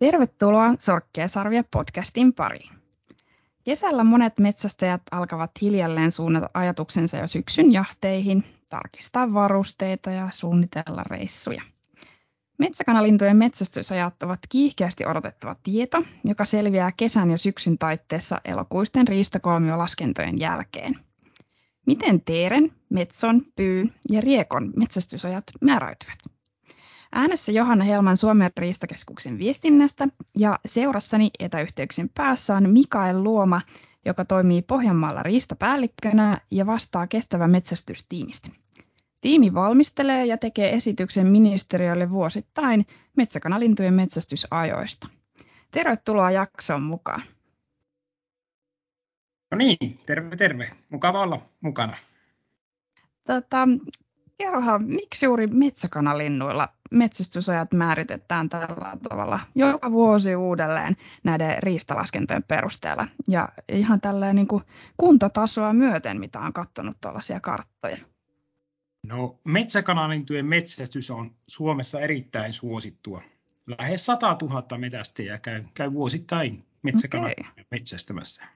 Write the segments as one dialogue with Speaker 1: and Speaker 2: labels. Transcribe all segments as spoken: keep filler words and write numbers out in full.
Speaker 1: Tervetuloa Sorkkiesarvia podcastin pariin. Kesällä monet metsästäjät alkavat hiljalleen suunnata ajatuksensa jo syksyn jahteihin, tarkistaa varusteita ja suunnitella reissuja. Metsäkanalintujen metsästysajat ovat kiihkeästi odotettava tieto, joka selviää kesän ja syksyn taitteessa elokuisten riistakolmiolaskentojen jälkeen. Miten teeren, metson, pyyn ja riekon metsästysajat määräytyvät? Äänessä Johanna Helman Suomen riistakeskuksen viestinnästä ja seurassani etäyhteyksien päässä on Mikael Luoma, joka toimii Pohjanmaalla riistapäällikkönä ja vastaa kestävän metsästystiimistä. Tiimi valmistelee ja tekee esityksen ministeriölle vuosittain metsäkanalintujen metsästysajoista. Tervetuloa jaksoon mukaan.
Speaker 2: No niin, terve terve. Mukava olla mukana.
Speaker 1: Tota, kerrohan, miksi juuri metsäkanalinnuilla metsästysajat määritetään tällä tavalla joka vuosi uudelleen näiden riistalaskentojen perusteella ja ihan tälleen niin kuin kuntatasoa myöten, mitä on katsonut tuollaisia karttoja?
Speaker 2: No, metsäkanalintujen metsästys on Suomessa erittäin suosittua. Lähes sata tuhatta metästäjää käy, käy vuosittain metsäkanalintuja okay. metsästämässä.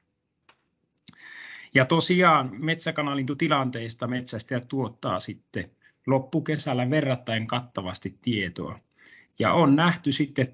Speaker 2: Ja tosiaan metsäkanalintutilanteista metsästäjät tuottaa sitten loppukesällä verrattain kattavasti tietoa. Ja on nähty sitten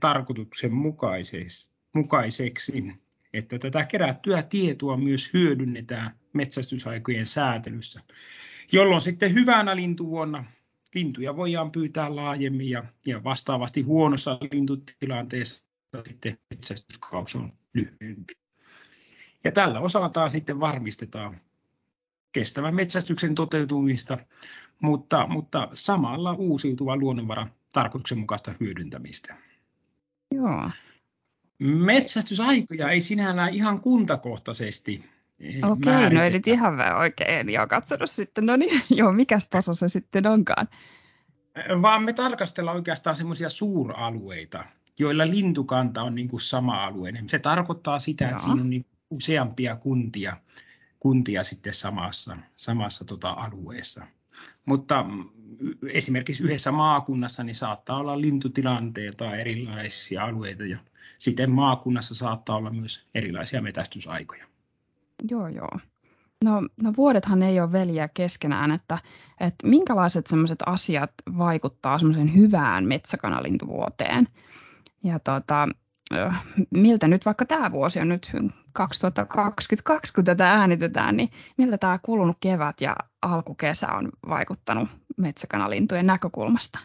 Speaker 2: tarkoituksenmukaiseksi, että tätä kerättyä tietoa myös hyödynnetään metsästysaikojen säätelyssä, jolloin sitten hyvänä lintuvuonna lintuja voidaan pyytää laajemmin ja, ja vastaavasti huonossa lintutilanteessa sitten metsästyskausi on lyhyempi. Ja tällä osaltaan sitten varmistetaan kestävän metsästyksen toteutumista, mutta, mutta samalla uusiutuva luonnonvara tarkoituksenmukaista hyödyntämistä.
Speaker 1: Joo.
Speaker 2: Metsästysaikoja ei sinällään ihan kuntakohtaisesti
Speaker 1: Okei, okay, no ei nyt ihan oikein. Joo, katsonut sitten, no niin, joo, mikäs taso se sitten onkaan?
Speaker 2: Vaan me tarkastellaan oikeastaan semmoisia suuralueita, joilla lintukanta on niin kuin sama-alueinen. Se tarkoittaa sitä, joo. että siinä on niin useampia kuntia, kuntia sitten samassa, samassa tota alueessa. Mutta esimerkiksi yhdessä maakunnassa niin saattaa olla lintutilanteita erilaisia alueita ja sitten maakunnassa saattaa olla myös erilaisia metästysaikoja.
Speaker 1: Joo, joo. No, no vuodethan ei ole veljiä keskenään, että, että minkälaiset sellaiset asiat vaikuttaa semmoisen hyvään metsäkanalintuvuoteen. Ja tota, miltä nyt vaikka tämä vuosi on nyt kaksituhattakaksikymmentäkaksi, kun tätä äänitetään, niin miltä tämä kulunut kevät ja alkukesä on vaikuttanut metsäkanalintujen näkökulmasta?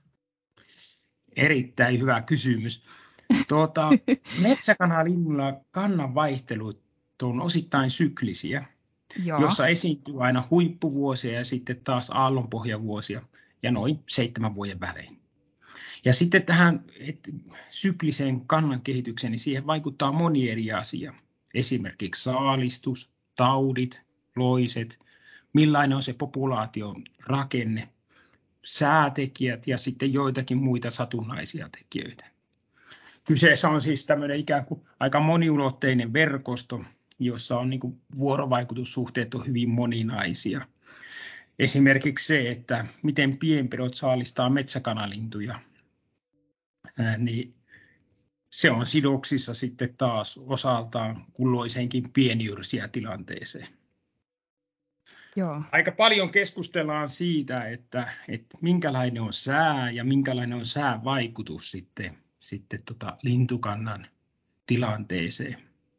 Speaker 2: Erittäin hyvä kysymys. Tuota, metsäkanalinnuilla kannan vaihtelut on osittain syklisiä, Joo. jossa esiintyy aina huippuvuosia ja sitten taas aallonpohjavuosia ja noin seitsemän vuoden välein. Ja sitten tähän et, sykliseen kannan kehitykseen, niin siihen vaikuttaa moni eri asia. Esimerkiksi saalistus, taudit, loiset, millainen on se populaation rakenne, säätekijät ja sitten joitakin muita satunnaisia tekijöitä. Kyseessä on siis tämmöinen ikään kuin aika moniulotteinen verkosto, jossa on niin kuin vuorovaikutussuhteet on hyvin moninaisia. Esimerkiksi se, että miten pienpedot saalistaa metsäkanalintuja, ää, niin se on sidoksissa sitten taas osaltaan kulloiseenkin pienjyrsiä tilanteeseen.
Speaker 1: Joo.
Speaker 2: Aika paljon keskustellaan siitä, että, että minkälainen on sää ja minkälainen on sään vaikutus sitten, sitten tota lintukannan tilanteeseen.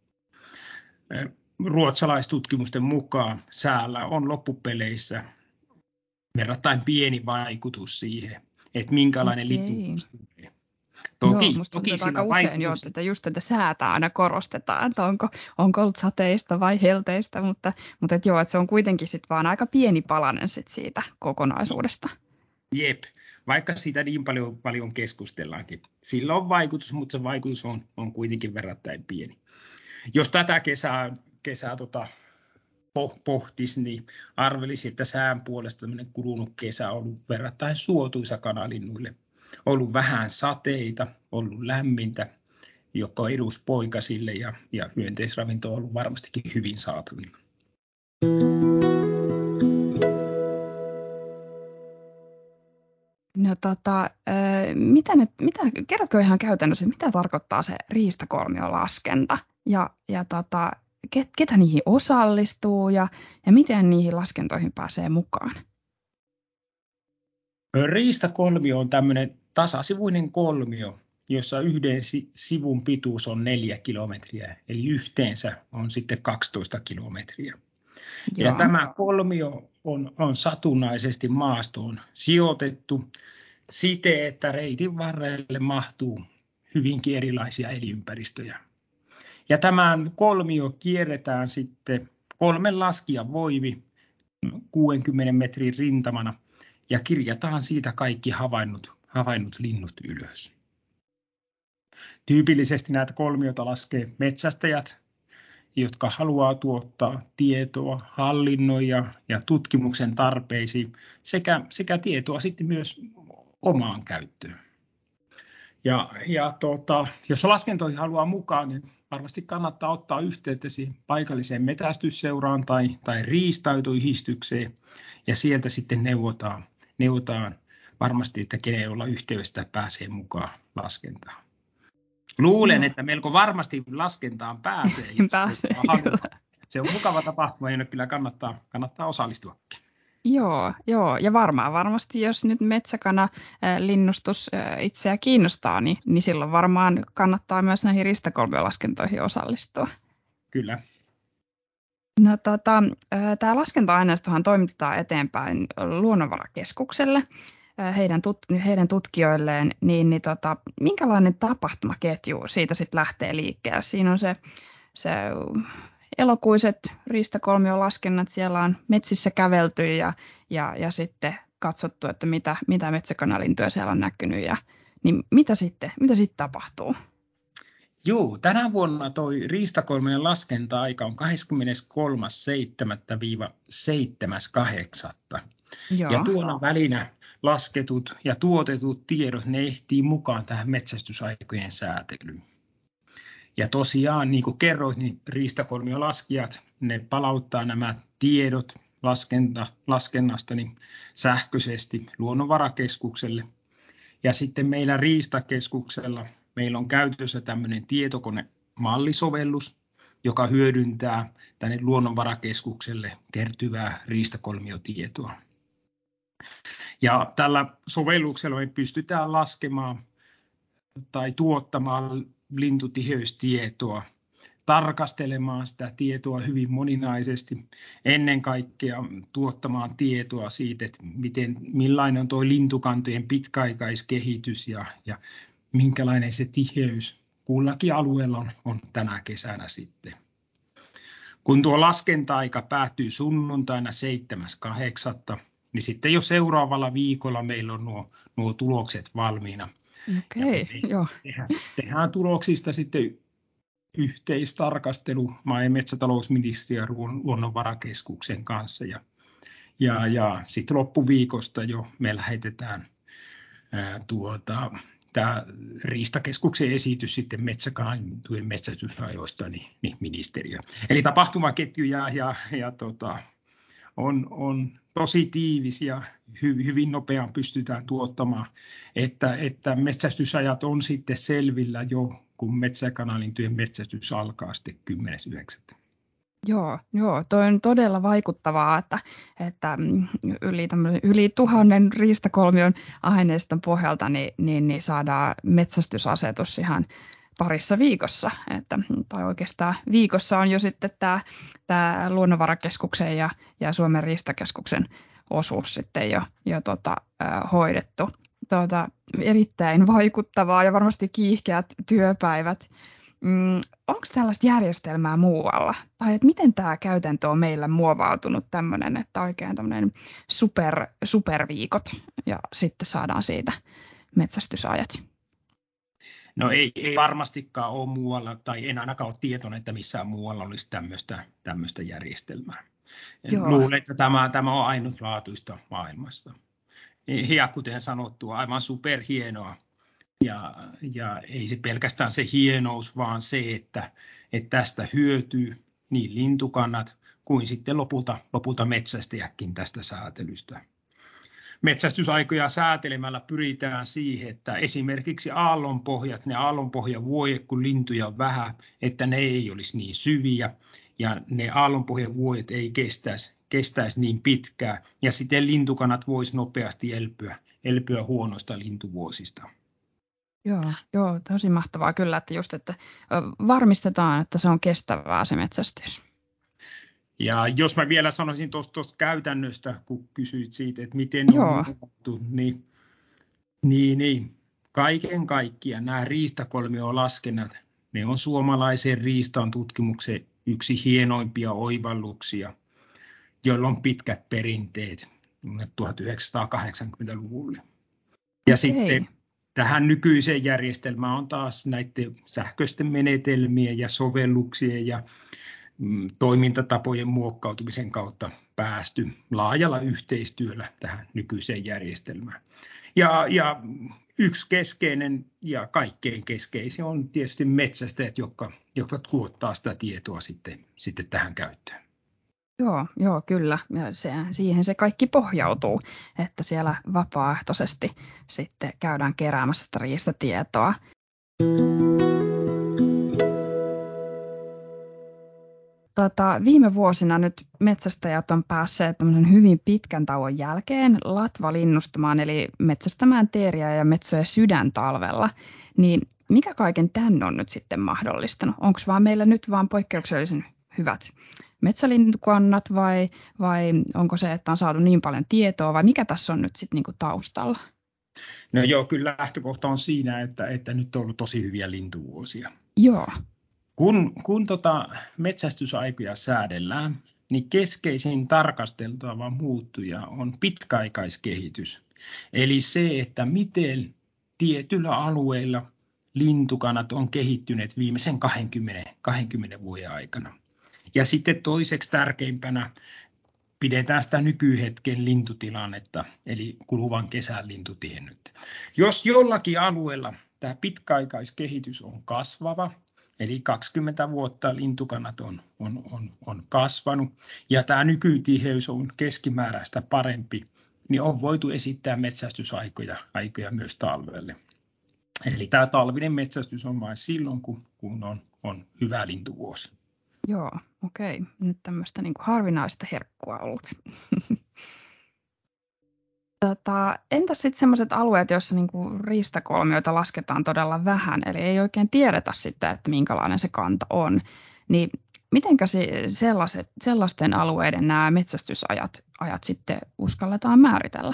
Speaker 2: Ruotsalaistutkimusten mukaan säällä on loppupeleissä verrattain pieni vaikutus siihen, että minkälainen
Speaker 1: Okei.
Speaker 2: lintu tulee. Toki,
Speaker 1: Joo, musta
Speaker 2: toki
Speaker 1: tuntuu, aika
Speaker 2: vaikutus...
Speaker 1: usein jo, että just tätä säätä aina korostetaan, että onko, onko ollut sateista vai helteistä, mutta, mutta et joo, että se on kuitenkin sit vaan aika pieni palanen sit siitä kokonaisuudesta.
Speaker 2: Jep, vaikka siitä niin paljon, paljon keskustellaankin. Sillä on vaikutus, mutta se vaikutus on, on kuitenkin verrattain pieni. Jos tätä kesää, kesää tota, pohtisi, niin arvelisi, että sään puolesta kulunut kesä on ollut verrattain suotuisa kanalinnuille. Ollut vähän sateita, ollut lämmintä, joka on edus poikasille ja, ja hyönteisravinto on ollut varmastikin hyvin saatavilla.
Speaker 1: No tota, mitä nyt, mitä, kerrotko ihan käytännössä, mitä tarkoittaa se riistakolmiolaskenta ja, ja tota, ket, ketä niihin osallistuu ja, ja miten niihin laskentoihin pääsee mukaan?
Speaker 2: Riistakolmio on tämmöinen tasasivuinen kolmio, jossa yhden sivun pituus on neljä kilometriä, eli yhteensä on sitten kaksitoista kilometriä. Joo. Ja tämä kolmio on, on satunnaisesti maastoon sijoitettu siten, että reitin varrelle mahtuu hyvinkin erilaisia elinympäristöjä. Ja tämän kolmio kierretään sitten kolmen laskijan voimin kuudenkymmenen metrin rintamana ja kirjataan siitä kaikki havainnut, havainnut linnut ylös. Tyypillisesti näitä kolmiota laskee metsästäjät, jotka haluaa tuottaa tietoa hallinnon ja, ja tutkimuksen tarpeisiin sekä, sekä tietoa sitten myös omaan käyttöön. Ja, ja tuota, jos laskentoihin haluaa mukaan, niin varmasti kannattaa ottaa yhteyttä paikalliseen metästysseuraan tai, tai riistaitoyhdistykseen ja sieltä sitten neuvotaan, neuvotaan varmasti, että kenen olla yhteydessä pääsee mukaan laskentaan. Luulen, no. että melko varmasti laskentaan pääsee.
Speaker 1: pääsee
Speaker 2: Se on mukava tapahtuma, jonne kyllä kannattaa, kannattaa osallistuakin.
Speaker 1: Joo, joo, ja varmaan varmasti, jos nyt metsäkana linnustus itseä kiinnostaa, niin, niin silloin varmaan kannattaa myös näihin riistakolmiolaskentoihin osallistua.
Speaker 2: Kyllä.
Speaker 1: No, tota, tämä laskenta-aineistohan toimitetaan eteenpäin Luonnonvarakeskukselle heidän, tut, heidän tutkijoilleen, niin, niin tota, minkälainen tapahtumaketju siitä sitten lähtee liikkeelle? Siinä on se, se elokuiset riistakolmiolaskennat, siellä on metsissä kävelty ja, ja, ja sitten katsottu, että mitä, mitä metsäkanalintuja siellä on näkynyt ja niin mitä sitten, mitä sitten tapahtuu?
Speaker 2: Joo, tänä vuonna toi riistakolmien laskenta-aika on kahdeskymmeneskolmas seitsemättä seitsemäs kahdeksatta Ja tuona välinä lasketut ja tuotetut tiedot, ne ehtii mukaan tähän metsästysaikojen säätelyyn. Ja tosiaan, niin kuin kerroit, niin riistakolmiolaskijat, ne palauttaa nämä tiedot laskenta, laskennasta niin sähköisesti Luonnonvarakeskukselle. Ja sitten meillä Riistakeskuksella meillä on käytössä tämmöinen tietokonemallisovellus, joka hyödyntää tänne Luonnonvarakeskukselle kertyvää riistakolmiotietoa. Ja tällä sovelluksella me pystytään laskemaan tai tuottamaan lintutiheystietoa, tarkastelemaan sitä tietoa hyvin moninaisesti, ennen kaikkea tuottamaan tietoa siitä, että miten, millainen on tuo lintukantojen pitkäaikaiskehitys ja, ja minkälainen se tiheys kullakin alueella on, on tänä kesänä sitten. Kun tuo laskenta-aika päättyy sunnuntaina seitsemäs kahdeksatta niin sitten jo seuraavalla viikolla meillä on nuo, nuo tulokset valmiina.
Speaker 1: Okei, joo.
Speaker 2: Tehdään, tehdään tuloksista sitten yhteistarkastelu maa- ja metsätalousministeriön ja Luonnonvarakeskuksen kanssa. Ja, ja, ja sitten loppuviikosta jo me lähetetään ää, tuota, tämä Riistakeskuksen esitys sitten metsäkanalintujen metsästysajoista niin, niin ministeriö. Eli tapahtumaketju ja, ja, ja tota, on, on tosi tiivis ja hy, hyvin nopeaan pystytään tuottamaan, että, että metsästysajat on sitten selvillä jo, kun metsäkanalintujen metsästys alkaa sitten kymmenes yhdeksättä
Speaker 1: Joo, joo, toi on todella vaikuttavaa, että, että yli, yli tuhannen riistakolmion aineiston pohjalta niin, niin, niin saadaan metsästysasetus ihan parissa viikossa, että, tai oikeastaan viikossa on jo sitten tämä, tämä Luonnonvarakeskuksen ja, ja Suomen Riistakeskuksen osuus sitten jo, jo tota, äh, hoidettu. Tuota, erittäin vaikuttavaa ja varmasti kiihkeät työpäivät. Mm, onko tällaista järjestelmää muualla? Tai että miten tämä käytäntö on meillä muovautunut tämmöinen, että oikein tämmöinen super, superviikot ja sitten saadaan siitä metsästysajat?
Speaker 2: No ei, ei varmastikaan ole muualla, tai en ainakaan ole tietoinen, että missään muualla olisi tämmöistä, tämmöistä järjestelmää. Joo. Luulen, että tämä, tämä on ainutlaatuista maailmassa. Ja kuten sanottua, aivan superhienoa. Ja, ja ei se pelkästään se hienous, vaan se, että, että tästä hyötyy niin lintukannat kuin sitten lopulta, lopulta metsästäjäkin tästä säätelystä. metsästysaikoja säätelemällä pyritään siihen, että esimerkiksi aallonpohjat, ne aallonpohjavuojat, kun lintuja on vähän, että ne ei olisi niin syviä ja ne aallonpohjavuojat ei kestäisi, kestäisi niin pitkään ja sitten lintukanat voisi nopeasti elpyä, elpyä huonoista lintuvuosista.
Speaker 1: Joo, joo, tosi mahtavaa kyllä, että just, että varmistetaan, että se on kestävää se metsästys.
Speaker 2: Ja jos mä vielä sanoisin tuosta käytännöstä, kun kysyit siitä, että miten ne on muuttu, niin, niin, niin kaiken kaikkiaan nämä riistakolmio-laskennat, ne on suomalaisen riistan tutkimuksen yksi hienoimpia oivalluksia, joilla on pitkät perinteet tuhatyhdeksänsataakahdeksankymmentäluvulle. Ja
Speaker 1: okay.
Speaker 2: Sitten tähän nykyiseen järjestelmään on taas näiden sähköisten menetelmien ja sovelluksien ja toimintatapojen muokkautumisen kautta päästy laajalla yhteistyöllä tähän nykyiseen järjestelmään. Ja, ja yksi keskeinen ja kaikkein keskeisin on tietysti metsästäjät, jotka, jotka tuottaa sitä tietoa sitten, sitten tähän käyttöön.
Speaker 1: Joo, joo, kyllä. Ja se, siihen se kaikki pohjautuu, että siellä vapaaehtoisesti sitten käydään keräämässä sitä riistatietoa. Tota, viime vuosina nyt metsästäjät on päässeet hyvin pitkän tauon jälkeen latvalinnustamaan, eli metsästämään teeriä ja metsoja sydäntalvella. Niin mikä kaiken tämän on nyt sitten mahdollistanut? Onko vaan meillä nyt vaan poikkeuksellisen hyvät metsälintukannat vai, vai onko se, että on saatu niin paljon tietoa vai mikä tässä on nyt sitten niinku taustalla?
Speaker 2: No joo, kyllä lähtökohta on siinä, että, että nyt on ollut tosi hyviä lintuvuosia.
Speaker 1: Joo.
Speaker 2: Kun, kun tota metsästysaikoja säädellään, niin keskeisin tarkasteltava muuttuja on pitkäaikaiskehitys. Eli se, että miten tietyillä alueilla lintukannat on kehittyneet viimeisen kaksikymmentä, kaksikymmentä vuoden aikana. Ja sitten toiseksi tärkeimpänä pidetään sitä nykyhetken lintutilannetta, eli kuluvan kesän lintutihennettä. Jos jollakin alueella tämä pitkäaikaiskehitys on kasvava, eli kaksikymmentä vuotta lintukannat on, on, on, on kasvanut, ja tämä nykytiheys on keskimääräistä parempi, niin on voitu esittää metsästysaikoja aikoja myös talvelle. Eli tämä talvinen metsästys on vain silloin, kun, kun on, on hyvä lintuvuosi.
Speaker 1: Joo, okei. Nyt tämmöistä niin kuin harvinaista herkkua ollut. Tota, entäs sitten sellaiset alueet, joissa niin kuin riistakolmioita lasketaan todella vähän, eli ei oikein tiedetä sitten, että minkälainen se kanta on, niin mitenkä sellaiset, sellaisten alueiden nämä metsästysajat ajat sitten uskalletaan määritellä?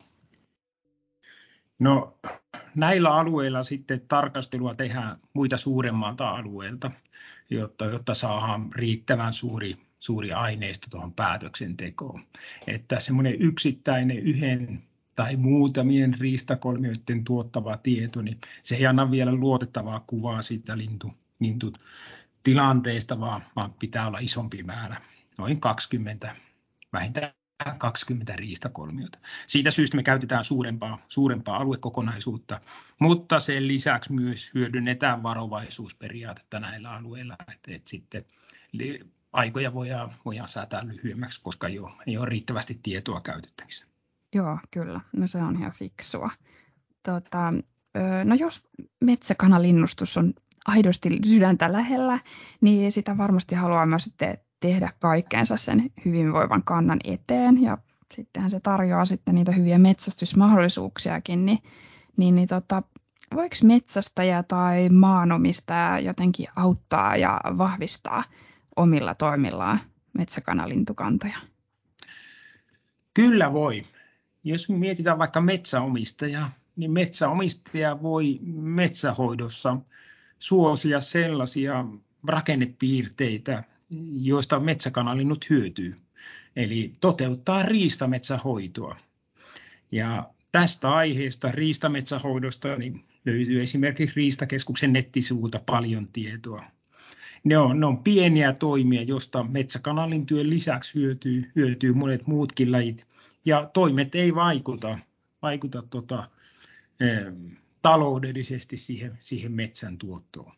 Speaker 2: No näillä alueilla sitten tarkastelua tehdään muita suuremmalta alueelta, jotta, jotta saadaan riittävän suuri, suuri aineisto tuohon päätöksentekoon. Että semmoinen yksittäinen yhden tai muutamien riistakolmioiden tuottava tieto, niin se ei anna vielä luotettavaa kuvaa siitä lintu, lintutilanteesta, vaan, vaan pitää olla isompi määrä, noin kaksikymmentä, vähintään kaksikymmentä riistakolmiota. Siitä syystä me käytetään suurempaa, suurempaa aluekokonaisuutta, mutta sen lisäksi myös hyödynnetään varovaisuusperiaatetta näillä alueilla, että, että sitten aikoja voidaan, voidaan säätää lyhyemmäksi, koska ei ole, ei ole riittävästi tietoa käytettävissä.
Speaker 1: Joo, kyllä. No se on ihan fiksua. Tota, no jos metsäkanalinnustus on aidosti sydäntä lähellä, niin sitä varmasti haluaa myös sitten tehdä kaikkeensa sen hyvinvoivan kannan eteen. Ja sittenhän se tarjoaa sitten niitä hyviä metsästysmahdollisuuksiakin. Niin, niin, niin tota, voiko metsästäjä tai maanomistaja jotenkin auttaa ja vahvistaa omilla toimillaan metsäkanalintukantoja?
Speaker 2: Kyllä voi. Jos mietitään vaikka metsäomistajaa, niin metsäomistaja voi metsähoidossa suosia sellaisia rakennepiirteitä, joista metsäkanalinnut hyötyy. Eli toteuttaa riistametsähoitoa. Ja tästä aiheesta riistametsähoidosta niin löytyy esimerkiksi Riistakeskuksen nettisivulta paljon tietoa. Ne on, ne on pieniä toimia, joista metsäkanalintyön lisäksi hyötyy, hyötyy monet muutkin lajit. Ja toimet ei vaikuta, vaikuta tota, eh, taloudellisesti siihen, siihen metsän tuottoon.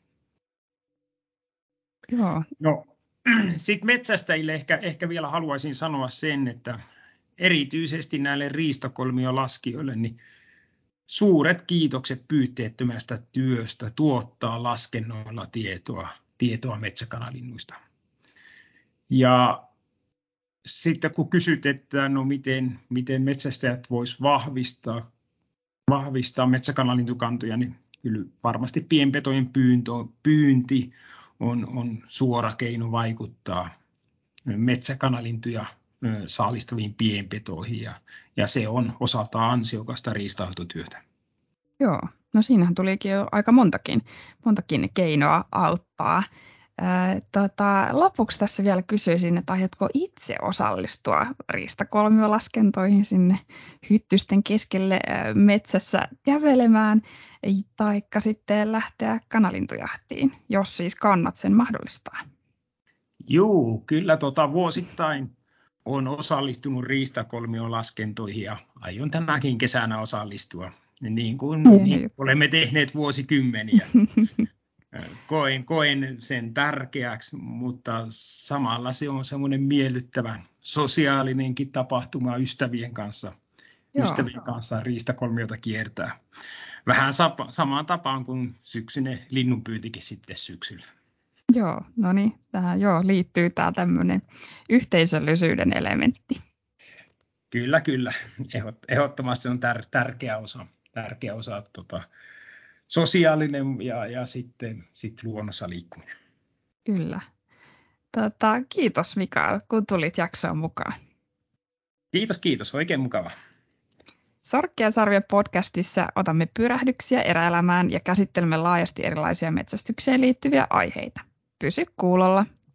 Speaker 1: Joo.
Speaker 2: No, sitten metsästäjille ehkä, ehkä vielä haluaisin sanoa sen, että, erityisesti näille riistakolmiolaskijoille niin suuret kiitokset pyyteettömästä työstä tuottaa laskennoilla tietoa, tietoa metsäkanalinnuista. Ja sitten kun kysyt, että no miten, miten metsästäjät vois vahvistaa, vahvistaa metsäkanalintukantoja, niin kyllä varmasti pienpetojen pyyntö, pyynti on, on suora keino vaikuttaa metsäkanalintuja saalistaviin pienpetoihin, ja, ja se on osaltaan ansiokasta riistanhoitotyötä.
Speaker 1: Joo, no siinähän tulikin jo aika montakin, montakin keinoa auttaa. Ää, tota, lopuksi tässä vielä kysyisin, että aiotko itse osallistua riistakolmiolaskentoihin sinne hyttysten keskelle ää, metsässä kävelemään, taikka sitten lähteä kanalintujahtiin, jos siis kannat sen mahdollistaa?
Speaker 2: Joo, kyllä tota, vuosittain olen osallistunut riistakolmiolaskentoihin ja aion tänäkin kesänä osallistua, niin kuin niin olemme tehneet vuosikymmeniä. Koen, koen sen tärkeäksi, mutta samalla se on semmoinen miellyttävä sosiaalinenkin tapahtuma ystävien kanssa. Joo. Ystävien kanssa riistakolmiota kiertää. Vähän sapa, samaan tapaan kuin syksyinen linnunpyyntikin sitten syksyllä.
Speaker 1: Joo, no niin, tähän joo, liittyy tämä tämmöinen yhteisöllisyyden elementti.
Speaker 2: Kyllä, kyllä. Ehdottomasti se on tär, tärkeä osa, tärkeä osa tota, sosiaalinen ja, ja sitten sit luonnossa liikkuminen.
Speaker 1: Kyllä. Tota, kiitos Mikael, kun tulit jaksoon mukaan.
Speaker 2: Kiitos, kiitos. Oikein mukava.
Speaker 1: Sorkki ja sarvia podcastissa otamme pyrähdyksiä eräelämään ja käsittelemme laajasti erilaisia metsästykseen liittyviä aiheita. Pysy kuulolla.